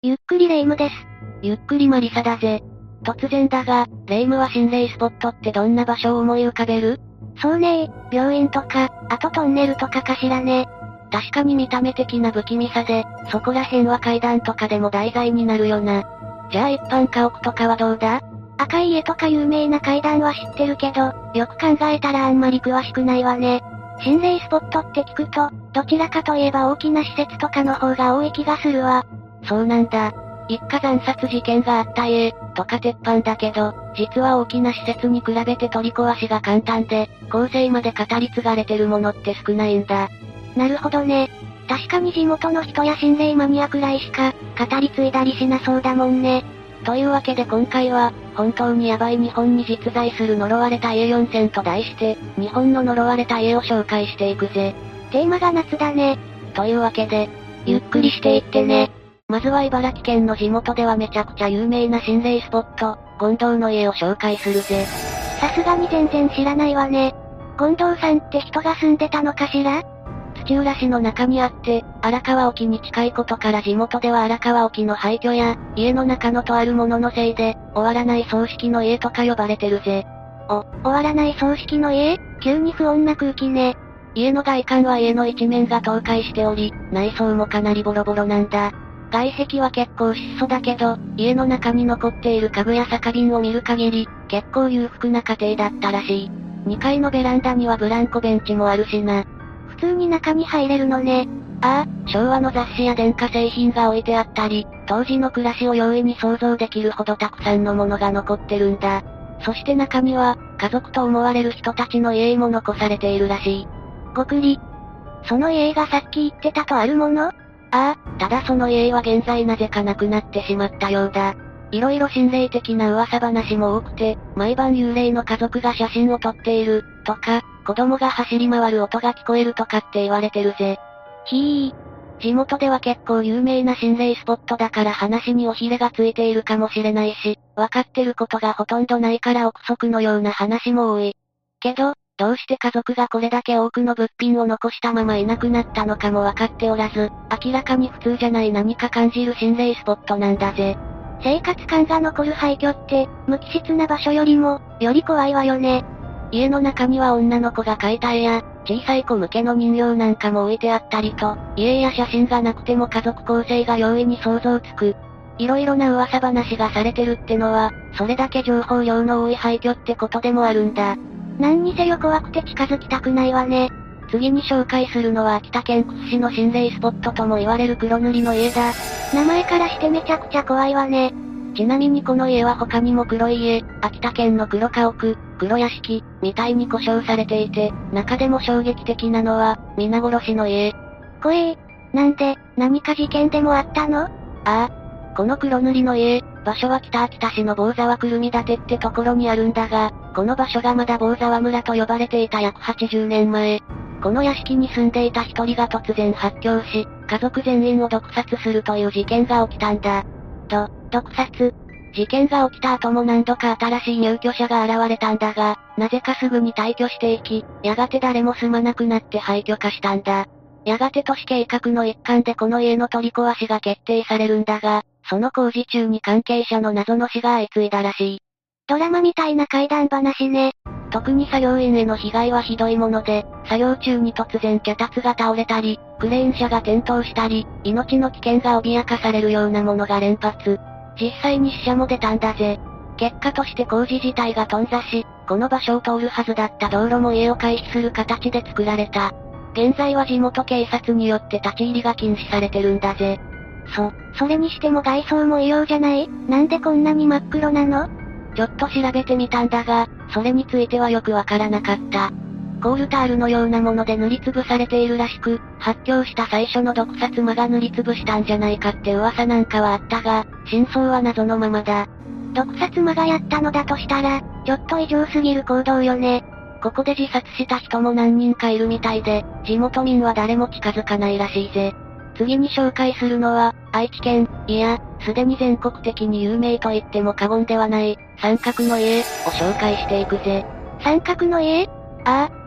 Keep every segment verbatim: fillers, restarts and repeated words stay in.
ゆっくりレ夢ムです。 ゆっくりマリサだぜ。突然だが、レ夢ムは心霊スポットってどんな場所を思い浮かべる？ そうねー、病院とか、あとトンネルとかかしらね。 確かに見た目的な不気味さで、そこら辺は階段とかでも題材になるよな。じゃあ一般家屋とかはどうだ？ 赤い家とか有名な階段は知ってるけど、よく考えたらあんまり詳しくないわね。心霊スポットって聞くと、どちらかといえば大きな施設とかの方が多い気がするわ。 そうなんだ。一家惨殺事件があった家、とか鉄板だけど、実は大きな施設に比べて取り壊しが簡単で、後世まで語り継がれてるものって少ないんだ。 なるほどね。確かに地元の人や心霊マニアくらいしか、語り継いだりしなそうだもんね。 というわけで今回は、本当にヤバい日本に実在する呪われた家よんせんと題して、日本の呪われた家を紹介していくぜ。 テーマが夏だね。 というわけで、ゆっくりしていってね。まずは茨城県の地元ではめちゃくちゃ有名な心霊スポット、権藤の家を紹介するぜ。 さすがに全然知らないわね。権藤さんって人が住んでたのかしら？ 土浦市の中にあって、荒川沖に近いことから地元では荒川沖の廃墟や、家の中のとあるもののせいで、終わらない葬式の家とか呼ばれてるぜ。 お、終わらない葬式の家？急に不穏な空気ね。 家の外観は家の一面が倒壊しており、内装もかなりボロボロなんだ。外壁は結構質素だけど、家の中に残っている家具や酒瓶を見る限り、結構裕福な家庭だったらしい。にかいのベランダにはブランコベンチもあるしな。 普通に中に入れるのね。 ああ、昭和の雑誌や電化製品が置いてあったり、当時の暮らしを容易に想像できるほどたくさんのものが残ってるんだ。そして中には、家族と思われる人たちの家も残されているらしい。 ごくり。その家がさっき言ってたとあるもの？ ああ、ただその家は現在なぜかなくなってしまったようだ。いろいろ心霊的な噂話も多くて、毎晩幽霊の家族が写真を撮っている、とか、子供が走り回る音が聞こえるとかって言われてるぜ。 ひー。地元では結構有名な心霊スポットだから話におひれがついているかもしれないし、わかってることがほとんどないから憶測のような話も多い。けど、どうして家族がこれだけ多くの物品を残したままいなくなったのかもわかっておらず、明らかに普通じゃない何か感じる心霊スポットなんだぜ。 生活感が残る廃墟って、無機質な場所よりも、より怖いわよね。 家の中には女の子が描いた絵や、小さい子向けの人形なんかも置いてあったりと、家や写真がなくても家族構成が容易に想像つく。いろいろな噂話がされてるってのは、それだけ情報量の多い廃墟ってことでもあるんだ。 何にせよ怖くて近づきたくないわね。 次に紹介するのは秋田県屈指の心霊スポットとも言われる黒塗りの家だ。 名前からしてめちゃくちゃ怖いわね。 ちなみにこの家は他にも黒い家、秋田県の黒家屋、黒屋敷、みたいに呼称されていて、中でも衝撃的なのは、皆殺しの家。 怖え。なんで、何か事件でもあったの？ああ。この黒塗りの家、場所は北秋田市の坊沢くるみ館ってところにあるんだが、この場所がまだ坊沢村と呼ばれていた約はちじゅうねんまえ、この屋敷に住んでいた一人が突然発狂し、家族全員を毒殺するという事件が起きたんだ。 ど、毒殺？ 事件が起きた後も何度か新しい入居者が現れたんだが、なぜかすぐに退去していき、やがて誰も住まなくなって廃墟化したんだ。やがて都市計画の一環でこの家の取り壊しが決定されるんだが、その工事中に関係者の謎の死が相次いだらしい。 ドラマみたいな怪談話ね。 特に作業員への被害はひどいもので、作業中に突然脚立が倒れたり、クレーン車が転倒したり、命の危険が脅かされるようなものが連発。実際に死者も出たんだぜ。結果として工事自体が頓挫し、この場所を通るはずだった道路も家を回避する形で作られた。現在は地元警察によって立ち入りが禁止されてるんだぜ。 そ、それにしても外装も異様じゃない？なんでこんなに真っ黒なの？ ちょっと調べてみたんだが、それについてはよくわからなかった。コールタールのようなもので塗りつぶされているらしく、発狂した最初の毒殺魔が塗りつぶしたんじゃないかって噂なんかはあったが、真相は謎のままだ。 毒殺魔がやったのだとしたら、ちょっと異常すぎる行動よね。 ここで自殺した人も何人かいるみたいで、地元民は誰も近づかないらしいぜ。次に紹介するのは、愛知県、いや、すでに全国的に有名と言っても過言ではない、三角の家を紹介していくぜ。 三角の家？ ああ、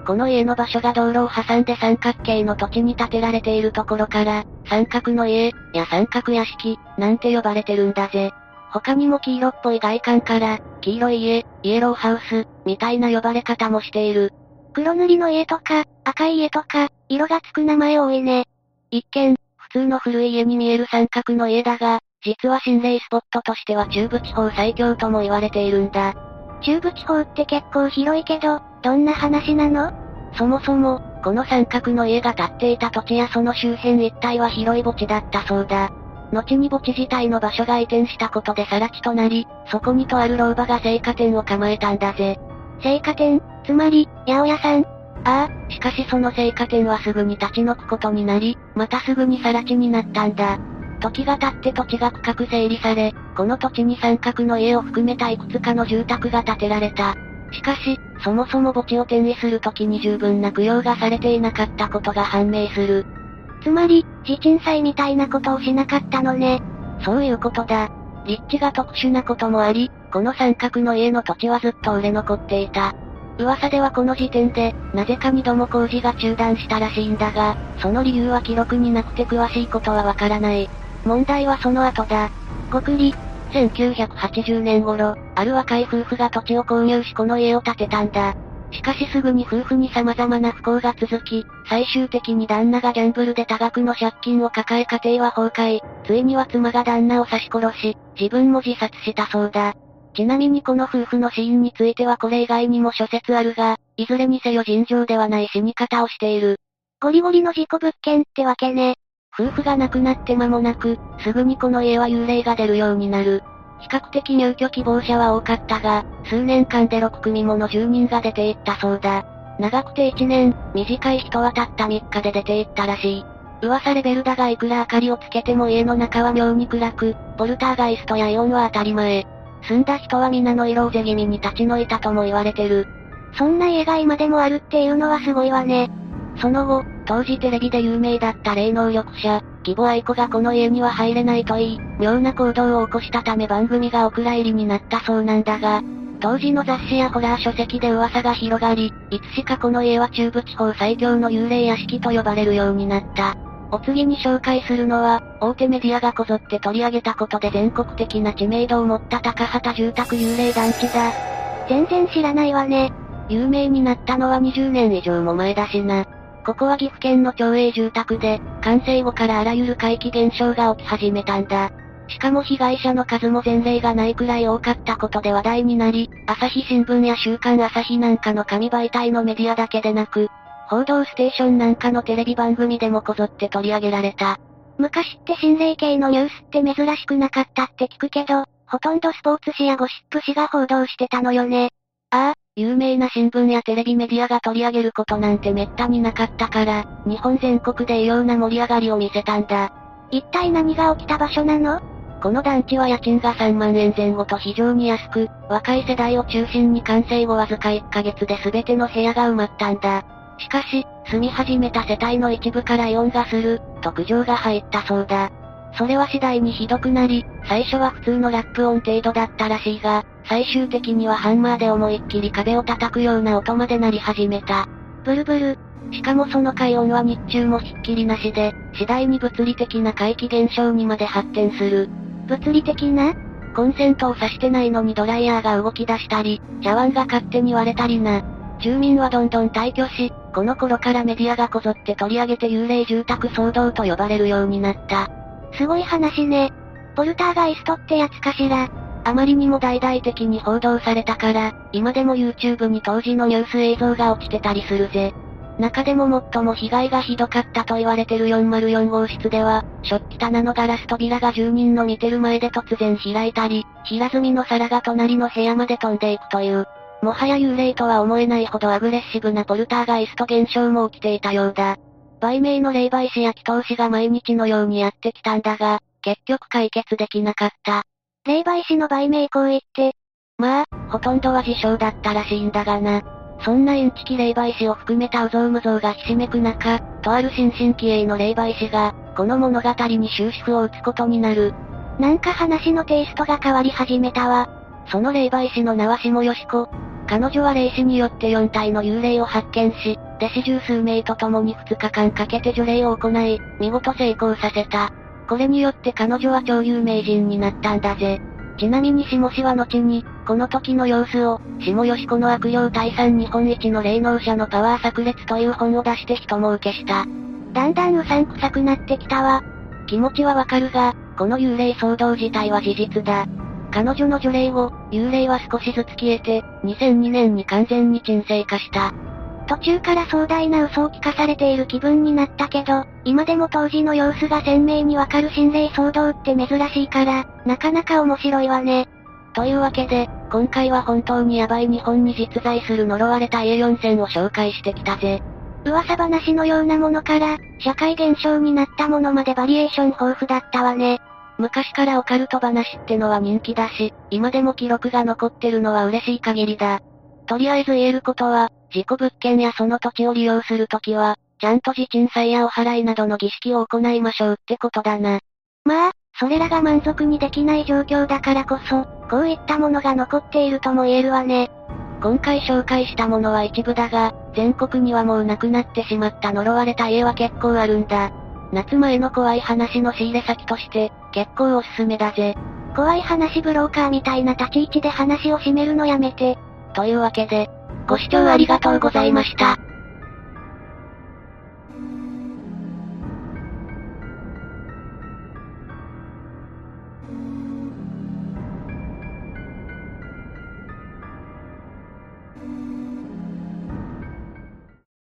この家の場所が道路を挟んで三角形の土地に建てられているところから、三角の家、や三角屋敷、なんて呼ばれてるんだぜ。他にも黄色っぽい外観から、黄色い家、イエローハウス、みたいな呼ばれ方もしている。 黒塗りの家とか、赤い家とか、色がつく名前多いね。 一見、普通の古い家に見える三角の家だが、実は心霊スポットとしては中部地方最強とも言われているんだ。 中部地方って結構広いけど、どんな話なの？ そもそも、この三角の家が建っていた土地やその周辺一帯は広い墓地だったそうだ。後に墓地自体の場所が移転したことで更地となり、そこにとある老婆が青果店を構えたんだぜ。 青果店、つまり、八百屋さん？ ああ、しかしその青果店はすぐに立ち退くことになり、またすぐに更地になったんだ。時が経って土地が区画整理され、この土地に三角の家を含めたいくつかの住宅が建てられた。しかし、そもそも墓地を転移する時に十分な供養がされていなかったことが判明する。 つまり、地鎮祭みたいなことをしなかったのね。 そういうことだ。立地が特殊なこともあり、この三角の家の土地はずっと売れ残っていた。噂ではこの時点で、なぜか二度も工事が中断したらしいんだが、その理由は記録になくて詳しいことはわからない。問題はその後だ。 ごくり、 せんきゅうひゃくはちじゅうねん頃、ある若い夫婦が土地を購入しこの家を建てたんだ。しかしすぐに夫婦に様々な不幸が続き、最終的に旦那がギャンブルで多額の借金を抱え家庭は崩壊、ついには妻が旦那を刺し殺し、自分も自殺したそうだ。ちなみにこの夫婦の死因についてはこれ以外にも諸説あるが、いずれにせよ尋常ではない死に方をしている。 ゴリゴリの事故物件ってわけね。 夫婦が亡くなって間もなく、すぐにこの家は幽霊が出るようになる。比較的入居希望者は多かったが、数年間でろくくみもの住人が出ていったそうだ。長くていちねん、短い人はたったみっかで出ていったらしい。噂レベルだがいくら明かりをつけても家の中は妙に暗く、ポルターガイストやイオンは当たり前。住んだ人は皆の色をぜ気味に立ち退いたとも言われてる。 そんな家が今でもあるっていうのはすごいわね。 その後、当時テレビで有名だった霊能力者、義母愛子がこの家には入れないと言い、妙な行動を起こしたため番組がお蔵入りになったそうなんだが、当時の雑誌やホラー書籍で噂が広がり、いつしかこの家は中部地方最強の幽霊屋敷と呼ばれるようになった。お次に紹介するのは、大手メディアがこぞって取り上げたことで全国的な知名度を持った高畑住宅幽霊団地だ。 全然知らないわね。 有名になったのはにじゅうねん以上も前だしな。ここは岐阜県の町営住宅で、完成後からあらゆる怪奇現象が起き始めたんだ。しかも被害者の数も前例がないくらい多かったことで話題になり、朝日新聞や週刊朝日なんかの紙媒体のメディアだけでなく、報道ステーションなんかのテレビ番組でもこぞって取り上げられた。 昔って心霊系のニュースって珍しくなかったって聞くけど、ほとんどスポーツ紙やゴシップ紙が報道してたのよね。 ああ、有名な新聞やテレビメディアが取り上げることなんてめったになかったから、日本全国で異様な盛り上がりを見せたんだ。 一体何が起きた場所なの？ この団地は家賃がさんまんえんぜん後と非常に安く、若い世代を中心に完成後わずかいっかげつで全ての部屋が埋まったんだ。しかし、住み始めた世帯の一部から異音がする、と苦情が入ったそうだ。それは次第にひどくなり、最初は普通のラップ音程度だったらしいが、最終的にはハンマーで思いっきり壁を叩くような音まで鳴り始めた。 ブルブル。 しかもその快音は日中もひっきりなしで、次第に物理的な怪奇現象にまで発展する。 物理的な？ コンセントを挿してないのにドライヤーが動き出したり、茶碗が勝手に割れたりな。住民はどんどん退去し、この頃からメディアがこぞって取り上げて幽霊住宅騒動と呼ばれるようになった。 すごい話ね。ポルターガイストってやつかしら。 あまりにも大々的に報道されたから、今でも YouTube に当時のニュース映像が落ちてたりするぜ。中でも最も被害がひどかったと言われてるよんまるよん号室では、食器棚のガラス扉が住人の見てる前で突然開いたり、平積みの皿が隣の部屋まで飛んでいくという、もはや幽霊とは思えないほどアグレッシブなポルターガイスト現象も起きていたようだ。売名の霊媒師や祈祷師が毎日のようにやってきたんだが、結局解決できなかった。 霊媒師の売名行為って、 まあ、ほとんどは自称だったらしいんだがな。そんなインチキ霊媒師を含めた有象無象がひしめく中、とある新進気鋭の霊媒師が、この物語に終止符を打つことになる。 なんか話のテイストが変わり始めたわ。 その霊媒師の名は下よしこ。 彼女は霊視によってよん体の幽霊を発見し、弟子十数名と共にふつかかんかけて除霊を行い、見事成功させた。これによって彼女は超有名人になったんだぜ。ちなみに下氏は後に、この時の様子を、下よしこの悪霊退散日本一の霊能者のパワー炸裂という本を出して人儲けした。 だんだんうさんくさくなってきたわ。 気持ちはわかるが、この幽霊騒動自体は事実だ。彼女の除霊後、幽霊は少しずつ消えて、にせんにねんに完全に沈静化した。 途中から壮大な嘘を聞かされている気分になったけど、今でも当時の様子が鮮明にわかる心霊騒動って珍しいから、なかなか面白いわね。 というわけで、今回は本当にヤバい日本に実在する呪われた家よんせんを紹介してきたぜ。 噂話のようなものから、社会現象になったものまでバリエーション豊富だったわね。 昔からオカルト話ってのは人気だし、今でも記録が残ってるのは嬉しい限りだ。とりあえず言えることは、事故物件やその土地を利用するときは、ちゃんと地鎮祭やお祓いなどの儀式を行いましょうってことだな。 まあ、それらが満足にできない状況だからこそ、こういったものが残っているとも言えるわね。 今回紹介したものは一部だが、全国にはもうなくなってしまった呪われた家は結構あるんだ。夏前の怖い話の仕入れ先として、結構おすすめだぜ。 怖い話ブローカーみたいな立ち位置で話を締めるのやめて。 というわけで、ご視聴ありがとうございました。